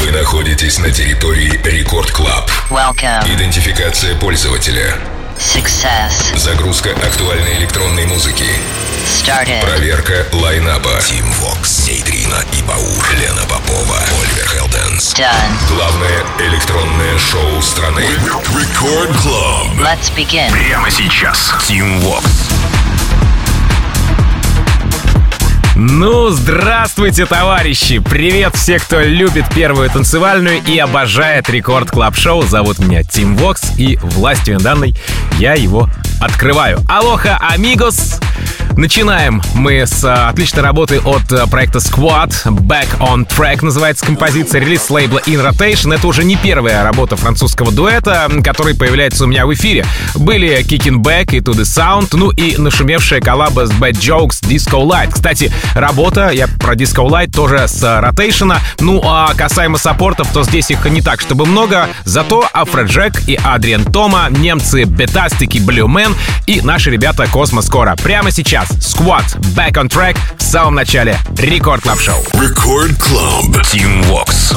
Вы находитесь на территории Рекорд Клаб. Идентификация пользователя. Success. Загрузка актуальной электронной музыки. Started. Проверка лайнапа. Team Vox, Нейтрина и Баур, Лена Попова, Оливер Хелденс. Done. Главное электронное шоу страны. Рекорд Клаб. Let's begin. Прямо сейчас. Team Vox. Ну, здравствуйте, товарищи! Привет все, кто любит первую танцевальную и обожает Рекорд Клаб Шоу. Зовут меня Тим Вокс, и властью данной я его открываю. Алоха, амигос! Начинаем мы с отличной работы от проекта Squad. Back on Track называется композиция, релиз с лейбла In Rotation. Это уже не первая работа французского дуэта, который появляется у меня в эфире. Были Kicking Back и To The Sound, ну и нашумевшая коллаба с Bad Jokes Disco Light. Кстати, работа, я про Disco Light, тоже с Rotation. Ну а касаемо саппортов, то здесь их не так, чтобы много. Зато Афроджек и Адриан Тома, немцы Бетастик и Blue Man и наши ребята Космо скоро. Прямо сейчас Squad, Back on Track в самом начале Рекорд Клаб Шоу. Рекорд Клаб. Team Vox.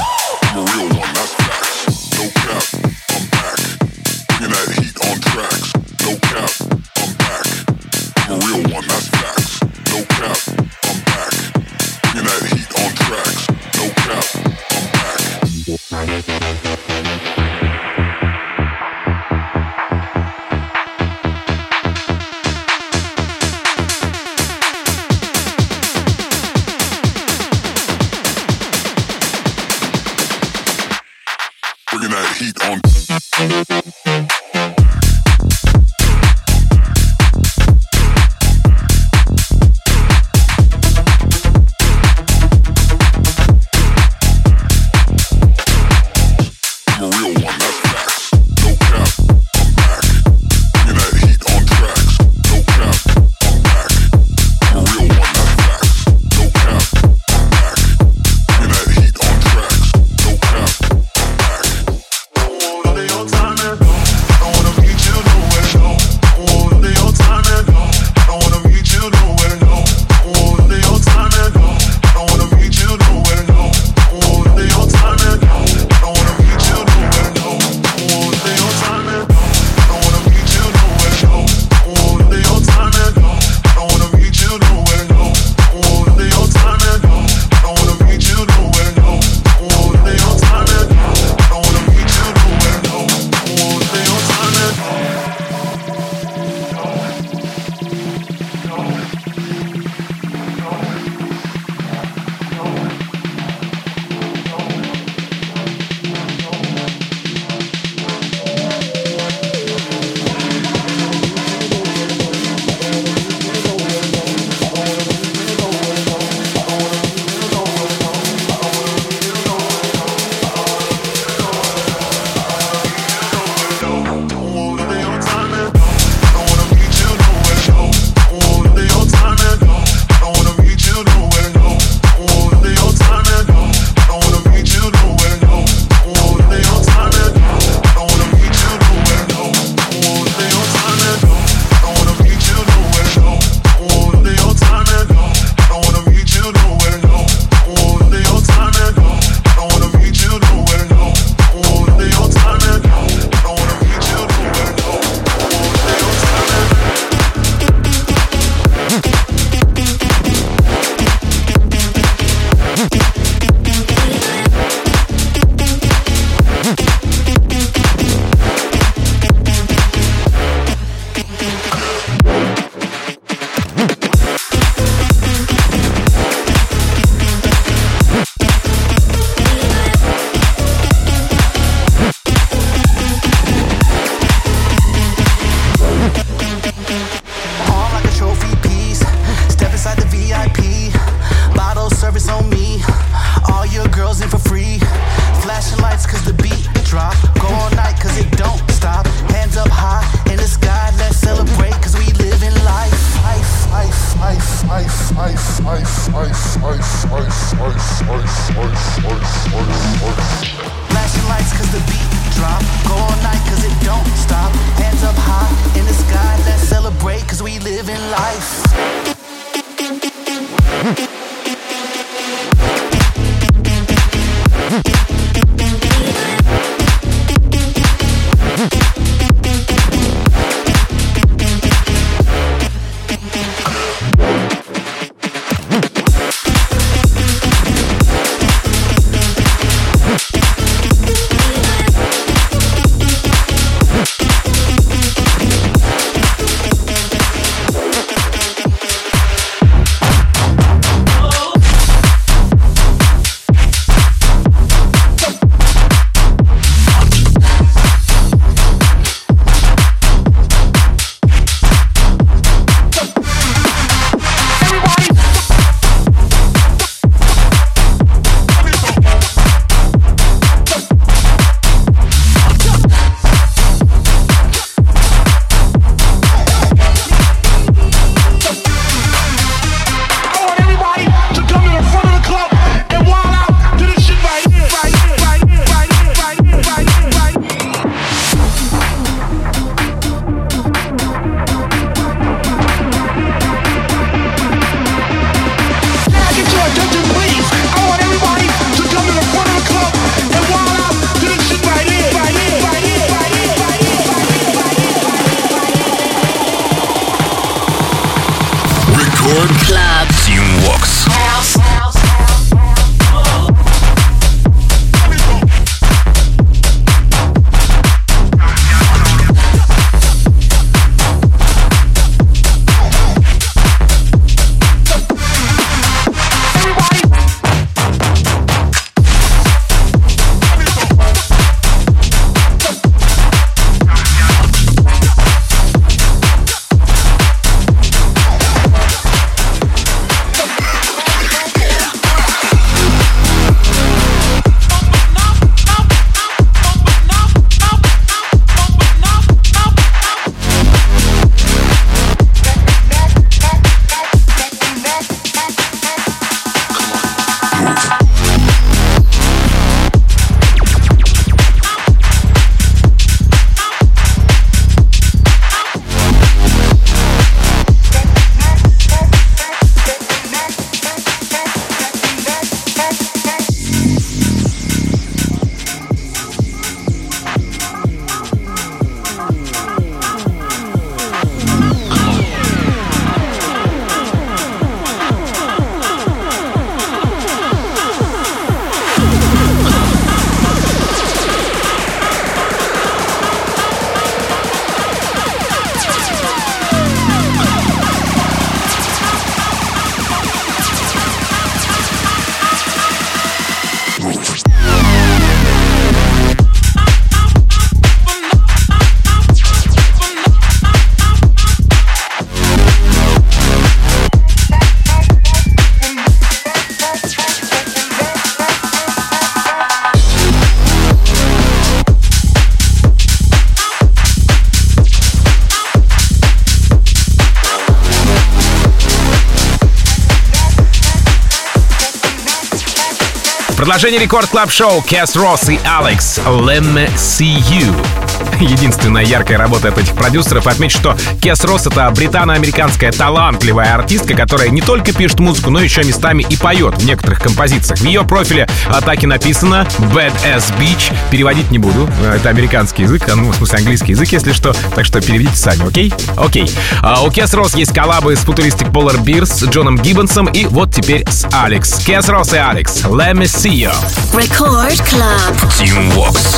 Продолжение Рекорд Клаб Шоу. Кэс Росс и Алекс. Let me see you. Единственная яркая работа от этих продюсеров. Отметить, что Кэс Росс — это британо-американская талантливая артистка, которая не только пишет музыку, но еще местами и поет в некоторых композициях. В ее профиле так и написано Bad Ass Beach. Переводить не буду. Это американский язык, ну, в смысле английский язык, если что. Так что переведите сами, окей? Окей. У Кэс Росс есть коллабы с Futuristic Polar Bears, с Джоном Гиббонсом и вот теперь с Алекс. Кэс Росс и Алекс. Let me see you. Record Club. Team Vox.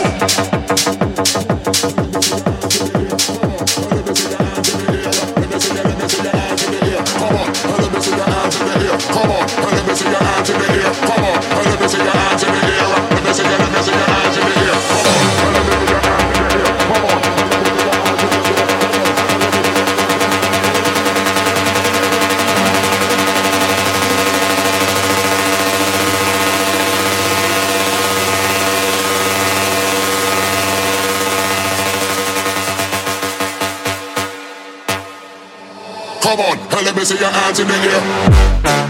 Come on, let me see your hands in the air.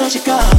let you go.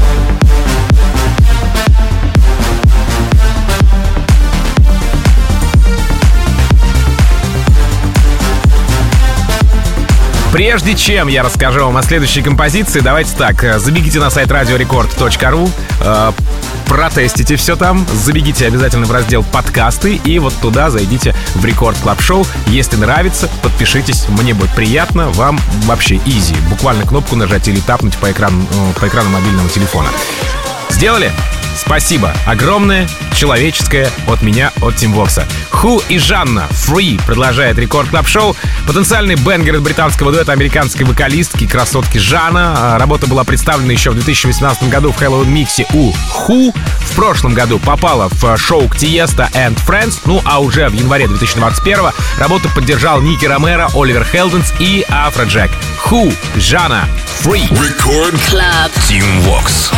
Прежде чем я расскажу вам о следующей композиции, давайте так, забегите на сайт radiorecord.ru, протестите все там, забегите обязательно в раздел «Подкасты» и вот туда зайдите в Рекорд Клаб Шоу. Если нравится, подпишитесь, мне будет приятно, вам вообще изи. Буквально кнопку нажать или тапнуть по экрану мобильного телефона. Сделали? Спасибо огромное, человеческое от меня, от Тим Вокса. Who и Жанна Free продолжает Рекорд Клаб Шоу. Потенциальный бенгер от британского дуэта американской вокалистки, красотки Жанна. Работа была представлена еще в 2018 году в Хэллоуин миксе у Who. В прошлом году попала в шоу к Тиеста and Friends. Ну а уже в январе 2021 работу поддержал Ники Ромеро, Оливер Хелденс и Афроджек. Who, Жанна Free. Рекорд Клаб. Тим Вокс.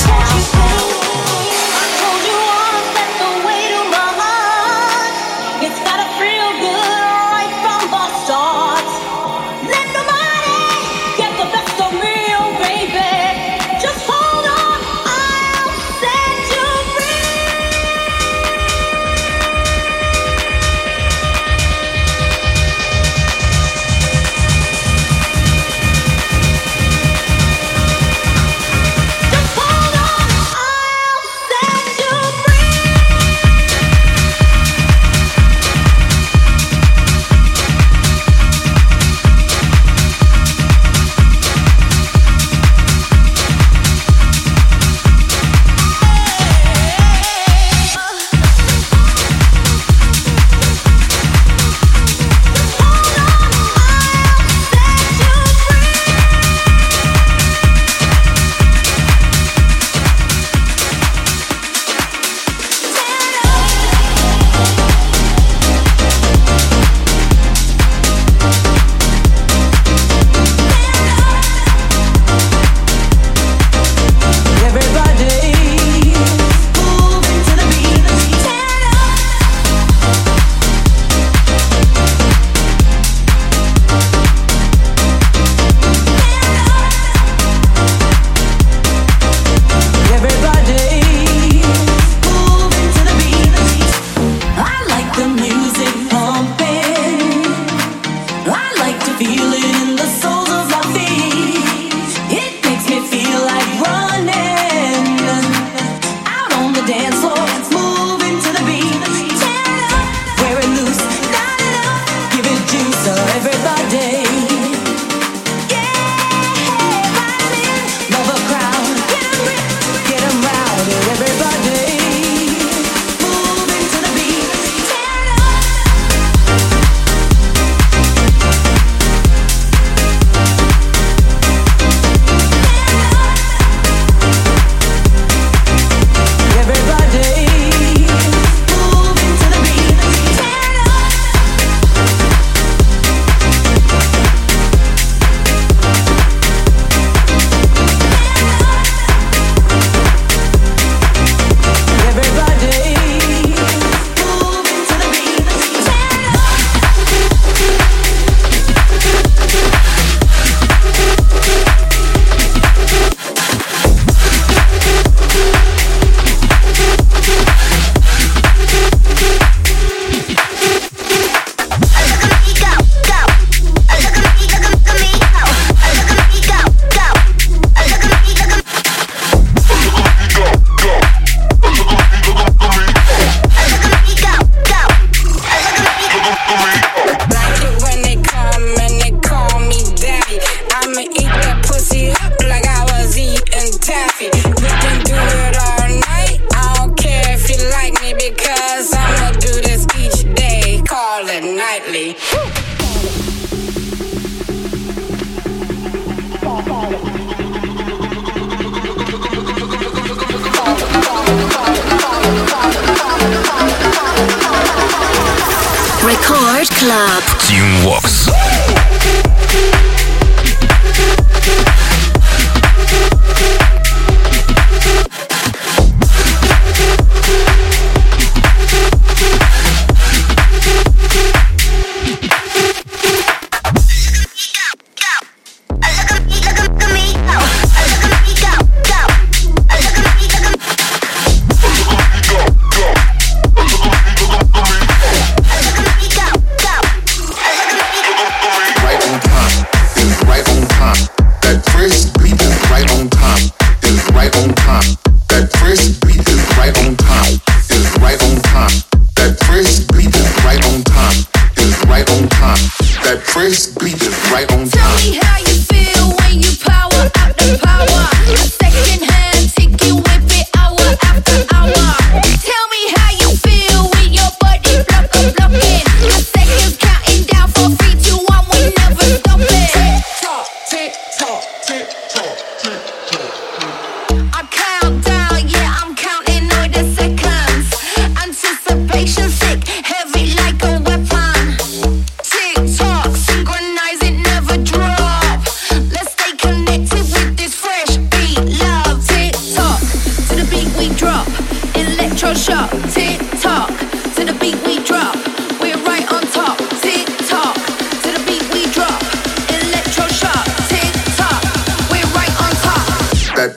Record Club. Тим Вокс. Look at me, go.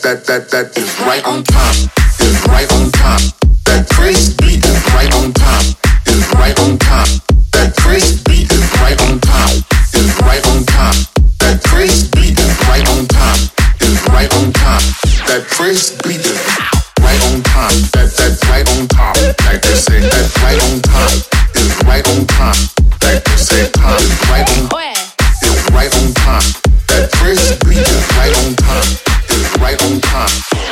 that is right on time, is right on time. That crazy beat is right on time, is right on time. That crazy beat is right on time, is right on time. That crazy beat is right on time, is right on time. That crazy beat is right on time. That's right on top. Like they say, that's right on time, is right on time. Like they say, time is right on, is right on time. That crazy beat is right on time, is right on time.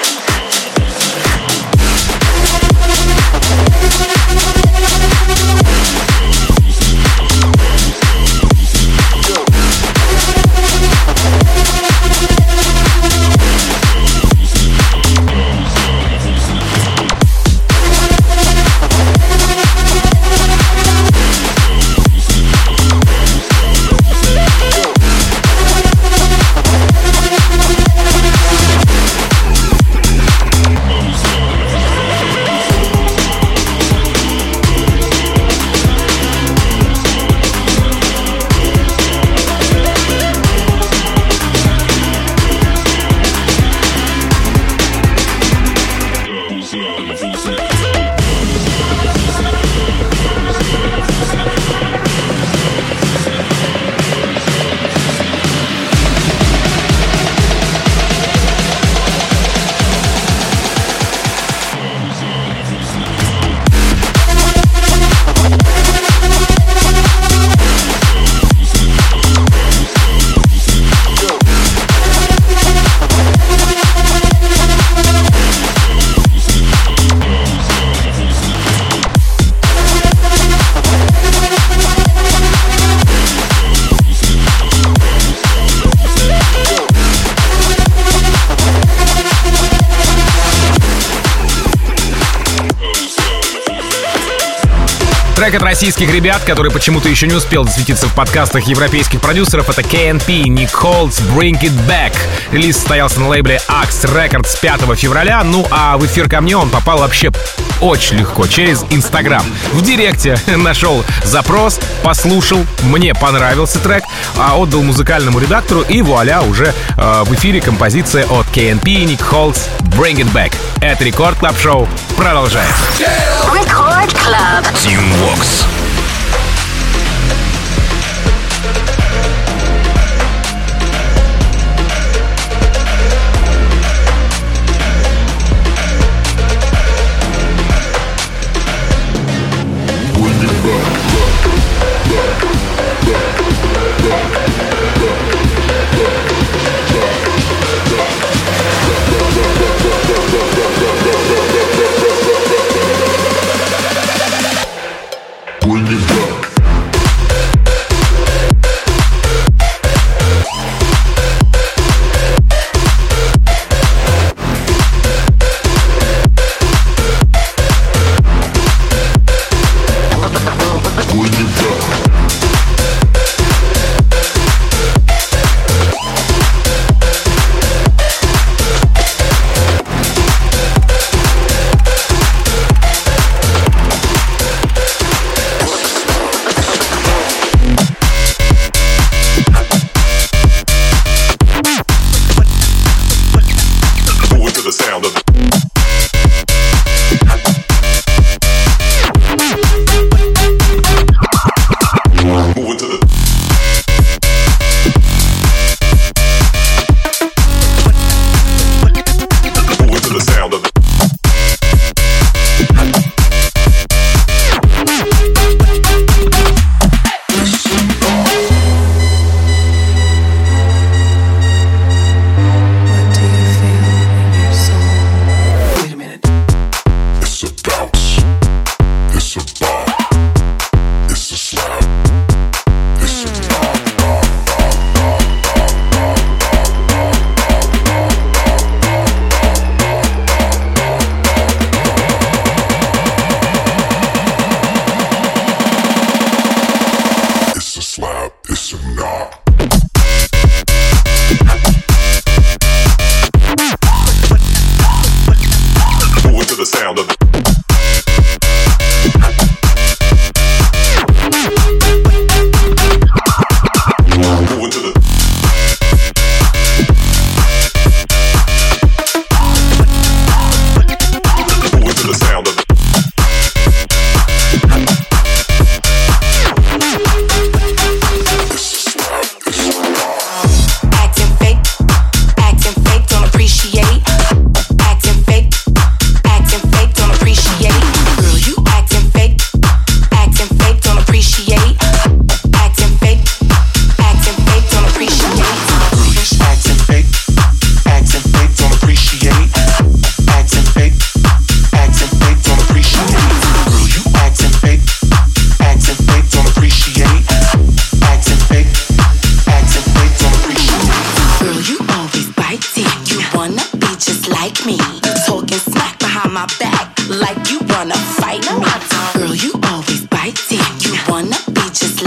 Трек от российских ребят, который почему-то еще не успел засветиться в подкастах европейских продюсеров, это KNP, Nick Holt's Bring It Back. Релиз состоялся на лейбле Axe Records 5 февраля, ну а в эфир ко мне он попал вообще очень легко, через Инстаграм. В директе нашел запрос, послушал, мне понравился трек, отдал музыкальному редактору, и вуаля, уже в эфире композиция от KNP, Nick Holt's Bring It Back. Это Рекорд Клаб Шоу продолжается. Record Club. Team Vox.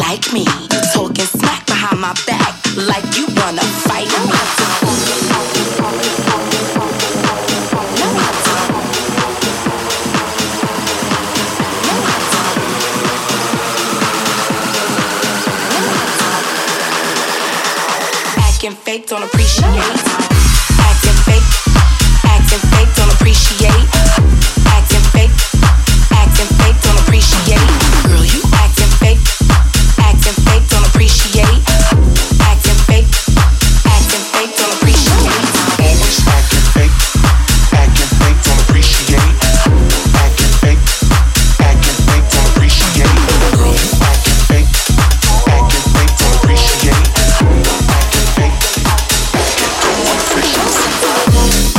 like me. You talking smack behind my back like you wanna fight me. Acting fake, don't appreciate. Acting fake, don't appreciate. Acting fake, don't appreciate. Girl, you acting fake, don't appreciate. Acting fake, don't appreciate. Always acting fake, don't appreciate. Acting fake, don't appreciate. Girl, you acting fake, don't appreciate. Acting fake, don't appreciate.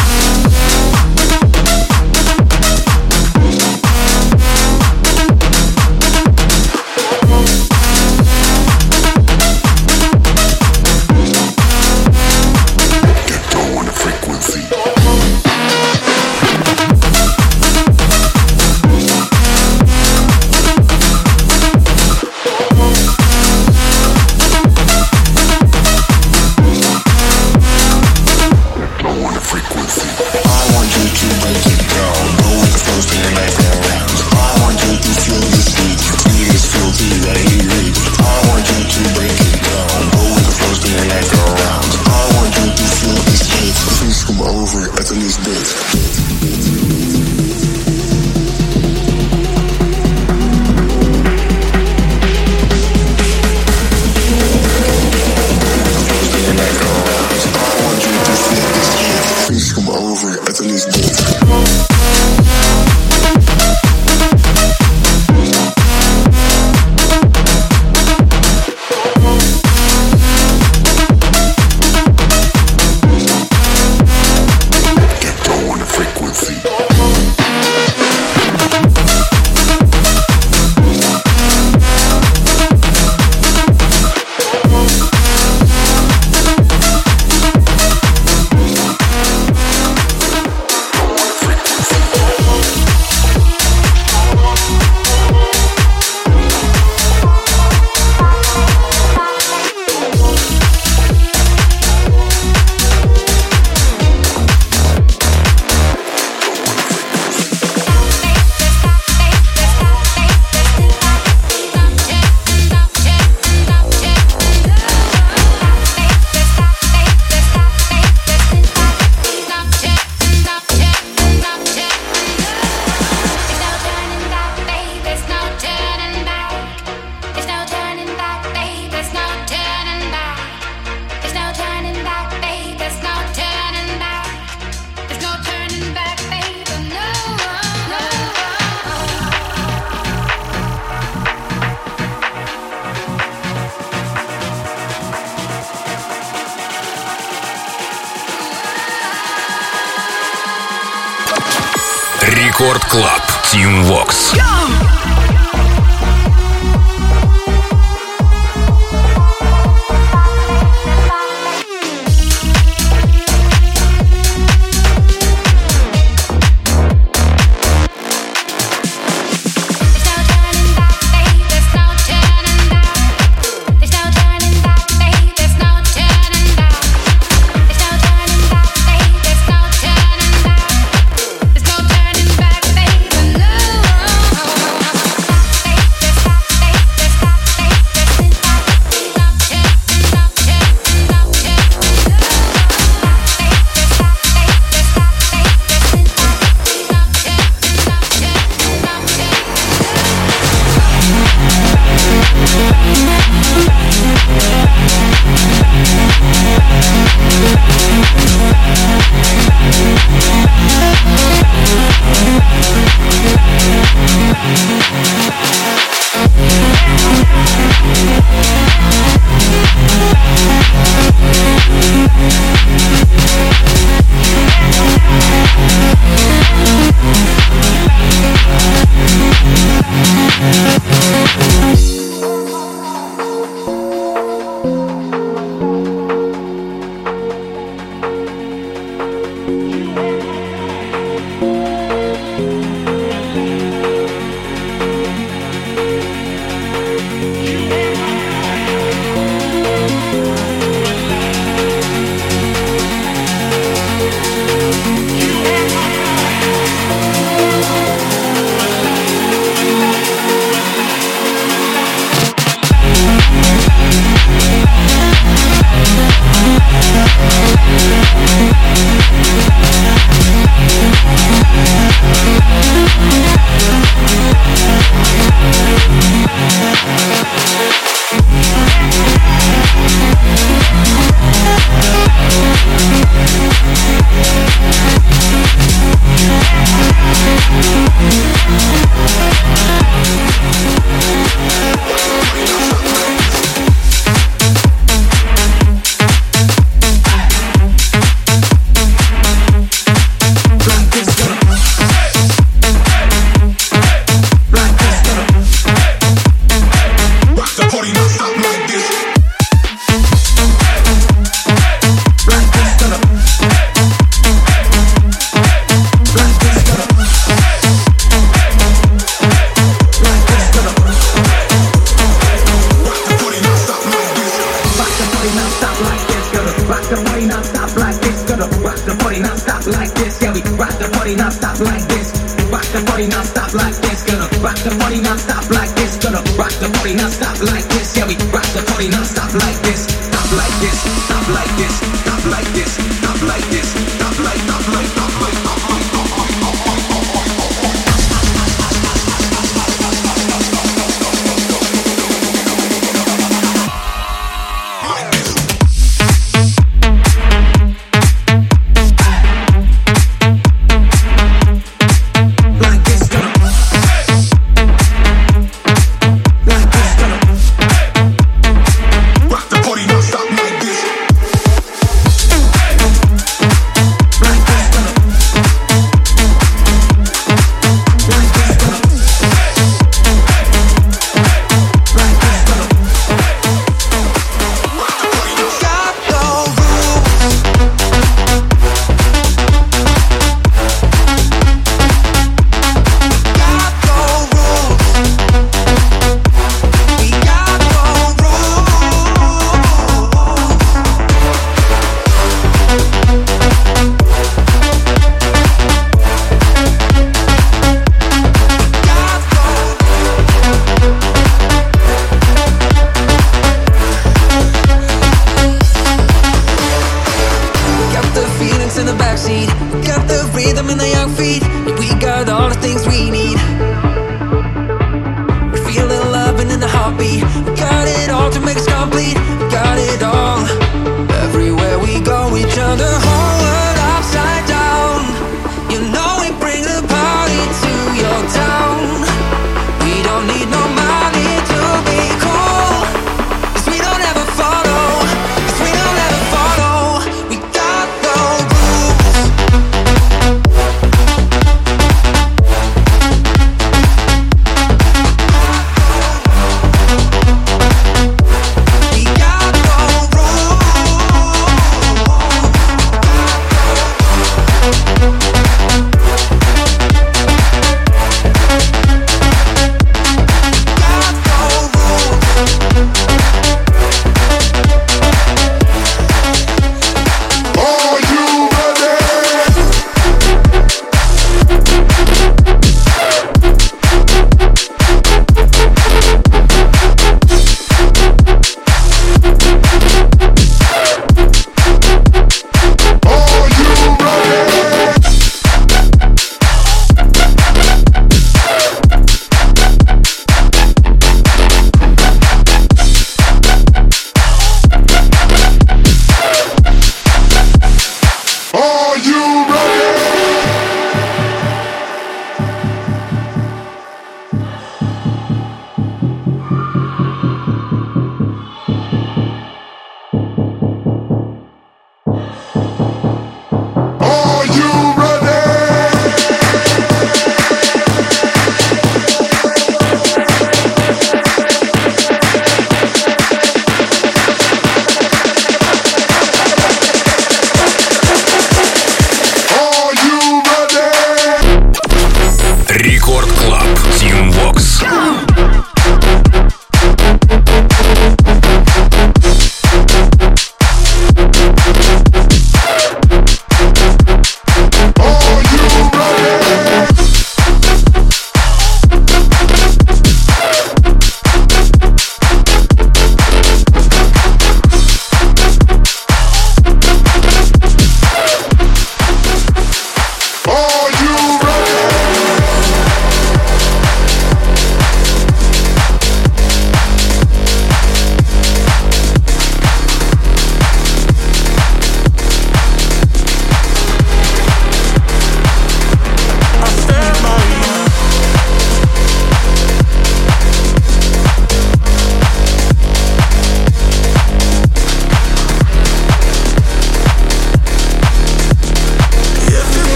Рекорд Клаб. Team Vox. No. the party non-stop like this. Gonna rock the party non-stop like this. Yeah, we rock the party non-stop like this. Rock the party non-stop like this. Gonna rock the party non-stop like this. Gonna rock the party non-stop like this. Yeah, we rock the party non-stop like this. Stop like this. Stop like this. Stop like this. Stop like this. Stop like. Stop like. Stop like. Stop like.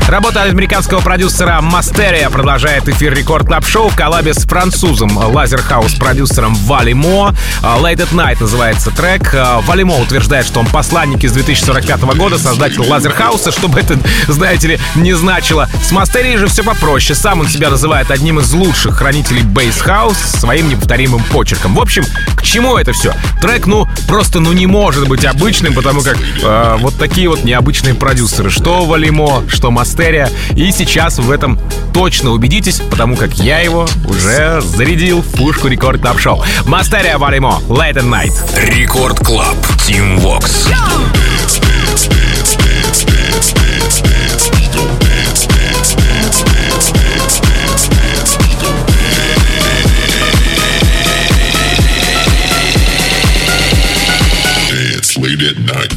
Работа американского продюсера Мастерия продолжает эфир Рекорд Клаб Шоу в коллабе с французом лазерхаус-продюсером Валимо. Late at Night называется трек. Валимо утверждает, что он посланник из 2045 года, создатель лазерхауса, чтобы это, знаете ли, не значило. С Мастерией же все попроще. Сам он себя называет одним из лучших хранителей бейс-хаус своим неповторимым почерком. В общем, к чему это все? Трек, просто не может быть обычным, потому как вот такие вот необычные продюсеры. Что Валимо, что Мастерия. И сейчас в этом точно убедитесь, потому как я его уже зарядил в пушку Рекорд Клаб Шоу. Мастерия, Валимо, Late at Night. Рекорд Клаб, Team Vox. Late at night.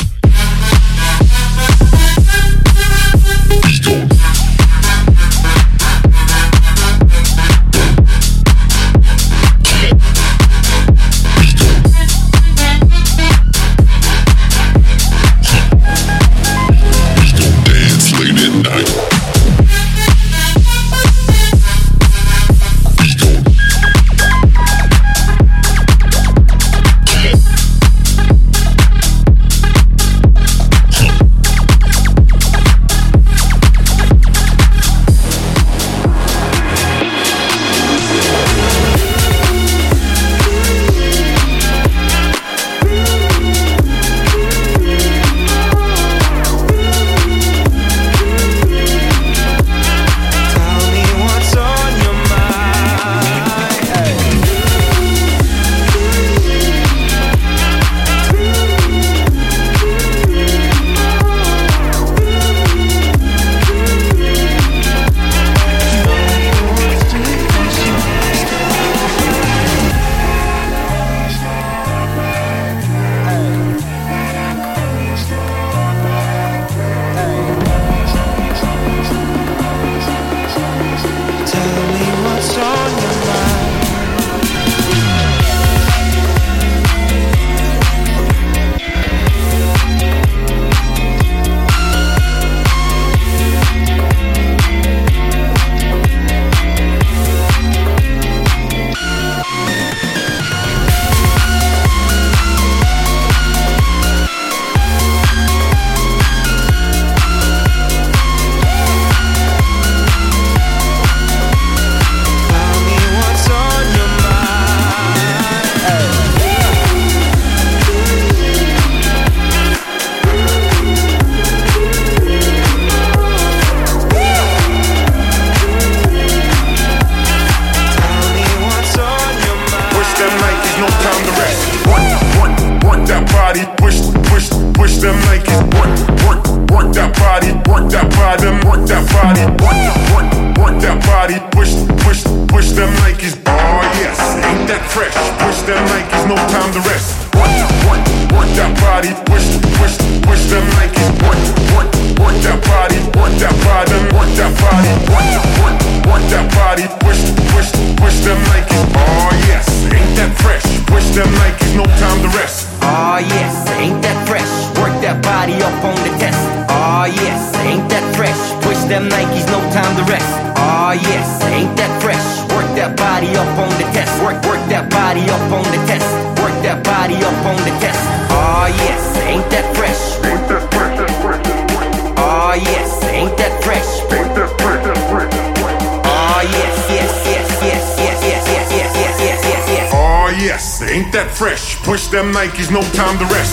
Ain't that fresh? Push them Nikes, no time to rest.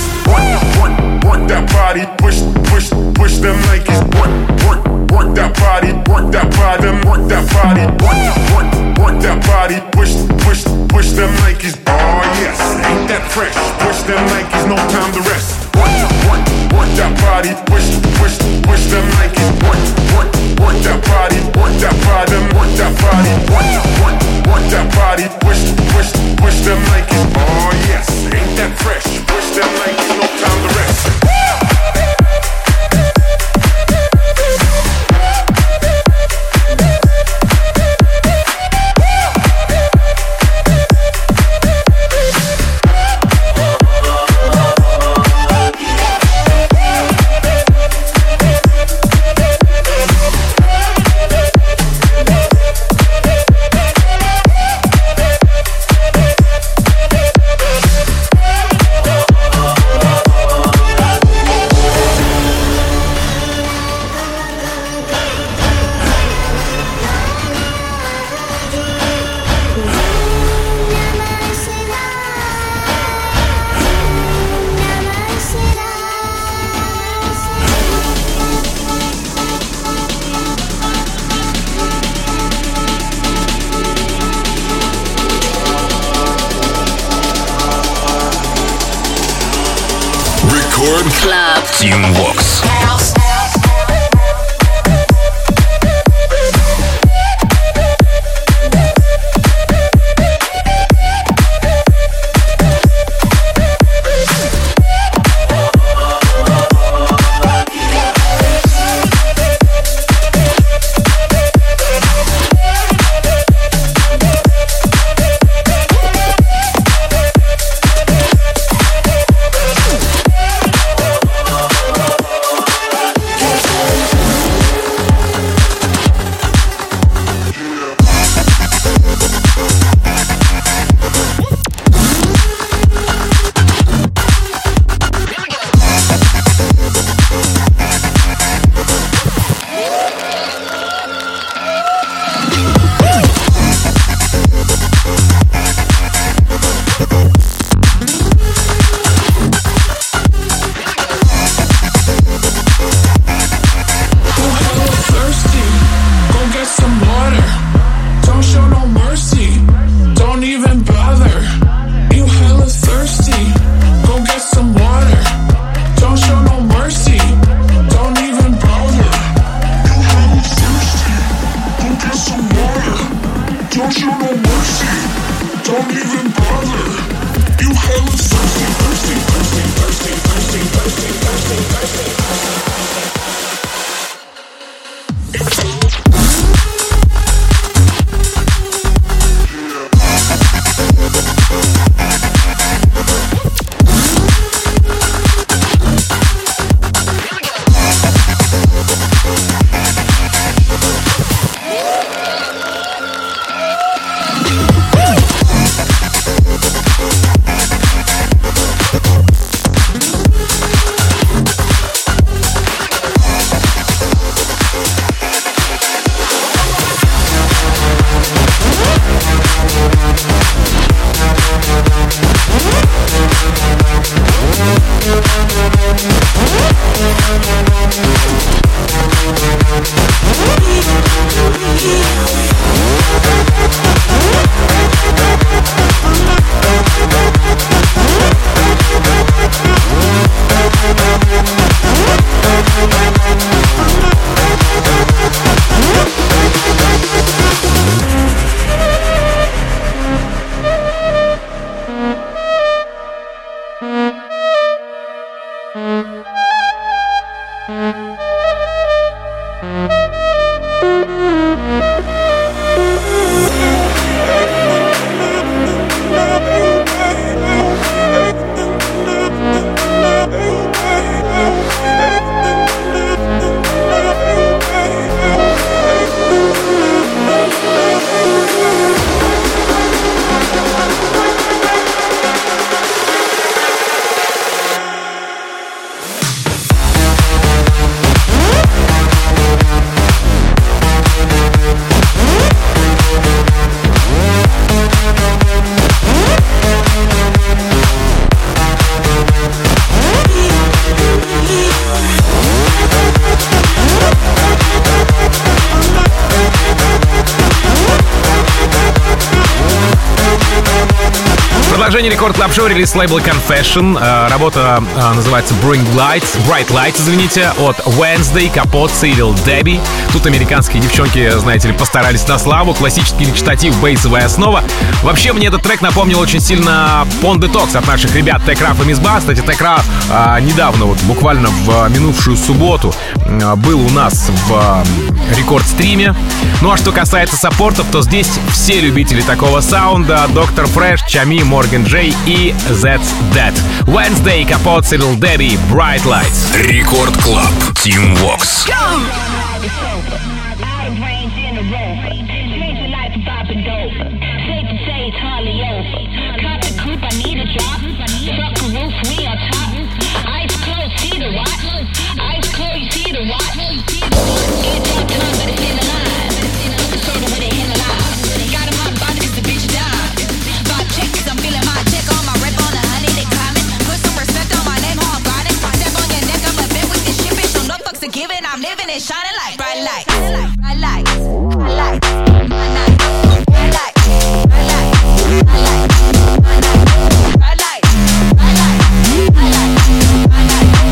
Work that body, push them Nikes. Work that body, work that body, work that body. Work that body, push them Nikes. Oh yes, ain't that fresh? Push them Nikes, no time to rest. Work that body, push them Nikes. Work that body, work that body, work that body. Work that body, push them Nikes. Oh yes, ain't that fresh? Push them Nikes, no time to rest. Record Club. Team Vox. Продолжение Рекорд Клаб Шоу, релиз лейбла Confession. Работа называется Bright Lights, от Wednesday, Capozzi и Lil Debbie. Тут американские девчонки, знаете ли, постарались на славу. Классический речитатив, бейсовая основа. Вообще, мне этот трек напомнил очень сильно Pond Detox от наших ребят Текраф и Мисс Бас. Кстати, Текраф недавно, вот буквально в минувшую субботу, был у нас в рекорд-стриме. Ну а что касается саппортов, то здесь все любители такого саунда: Доктор Фреш, Чами, Морган Джей и That's That. Wednesday, Capozzi, Lil Debbie, Bright Lights. Рекорд Клаб, Team Vox. I'm living it, shining like bright lights, bright lights, bright lights, my night, bright lights, bright lights, bright lights, my night, bright lights, bright lights, bright lights, my night.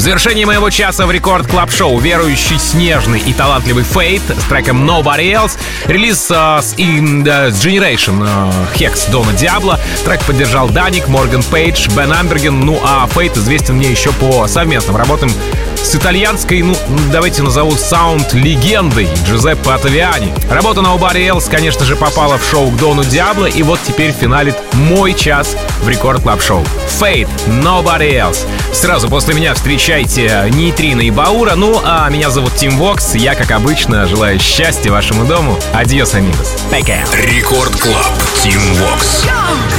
В завершении моего часа в Рекорд Клаб Шоу верующий, снежный и талантливый Fate с треком Nobody Else. Релиз с Generation Hex Дона Диабло. Трек поддержал Даник, Морган Пейдж, Бен Амберген. Ну а Fate известен мне еще по совместным работам с итальянской, давайте назову саунд-легендой Джузеппе Оттавиани. Работа Nobody Else, конечно же, попала в шоу к Дону Диабло, и вот теперь финалит мой час в Рекорд Клаб Шоу. Fate, Nobody Else. Сразу после меня встречайте Нейтрина и Баура. Ну, а меня зовут Тим Вокс. Я, как обычно, желаю счастья вашему дому. Адьос, амигос. Take care. Рекорд Клаб. Тим Вокс.